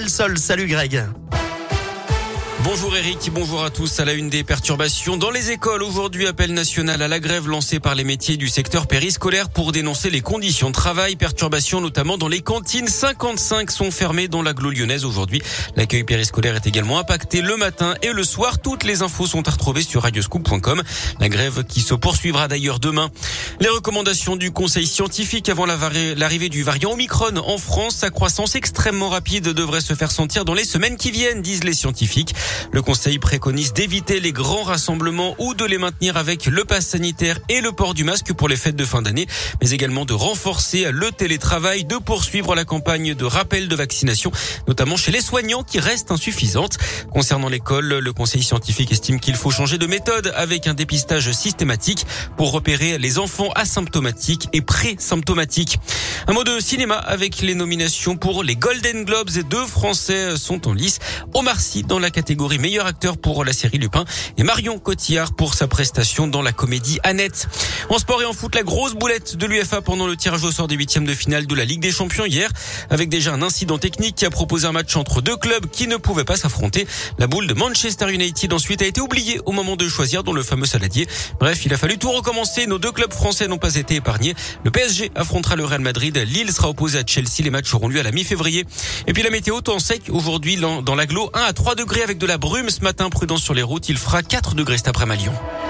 Delsol. Salut Greg. Bonjour Eric, bonjour à tous. À la une des perturbations dans les écoles. Aujourd'hui, appel national à la grève lancé par les métiers du secteur périscolaire pour dénoncer les conditions de travail. Perturbations notamment dans les cantines. 55 sont fermées dans l'agglo lyonnaise aujourd'hui. L'accueil périscolaire est également impacté le matin et le soir. Toutes les infos sont à retrouver sur radioscoop.com. La grève qui se poursuivra d'ailleurs demain. Les recommandations du conseil scientifique avant l'arrivée du variant Omicron en France. Sa croissance extrêmement rapide devrait se faire sentir dans les semaines qui viennent, disent les scientifiques. Le conseil préconise d'éviter les grands rassemblements ou de les maintenir avec le pass sanitaire et le port du masque pour les fêtes de fin d'année, mais également de renforcer le télétravail, de poursuivre la campagne de rappel de vaccination, notamment chez les soignants qui reste insuffisante. Concernant l'école, le conseil scientifique estime qu'il faut changer de méthode avec un dépistage systématique pour repérer les enfants asymptomatiques et pré-symptomatiques. Un mot de cinéma avec les nominations pour les Golden Globes et 2 Français sont en lice. Omar Sy dans la catégorie meilleur acteur pour la série Lupin et Marion Cotillard pour sa prestation dans la comédie Annette. En sport et en foot, la grosse boulette de l'UEFA pendant le tirage au sort des 8e de finale de la Ligue des Champions hier, avec déjà un incident technique qui a proposé un match entre 2 clubs qui ne pouvaient pas s'affronter. La boule de Manchester United ensuite a été oubliée au moment de choisir dans le fameux saladier. Bref, il a fallu tout recommencer. Nos 2 clubs français n'ont pas été épargnés. Le PSG affrontera le Real Madrid. Lille sera opposé à Chelsea. Les matchs auront lieu à la mi-février. Et puis la météo, temps sec aujourd'hui dans l'agglo, 1 à 3 degrés avec de la brume ce matin. Prudence sur les routes. Il fera 4 degrés cet après-midi à Lyon.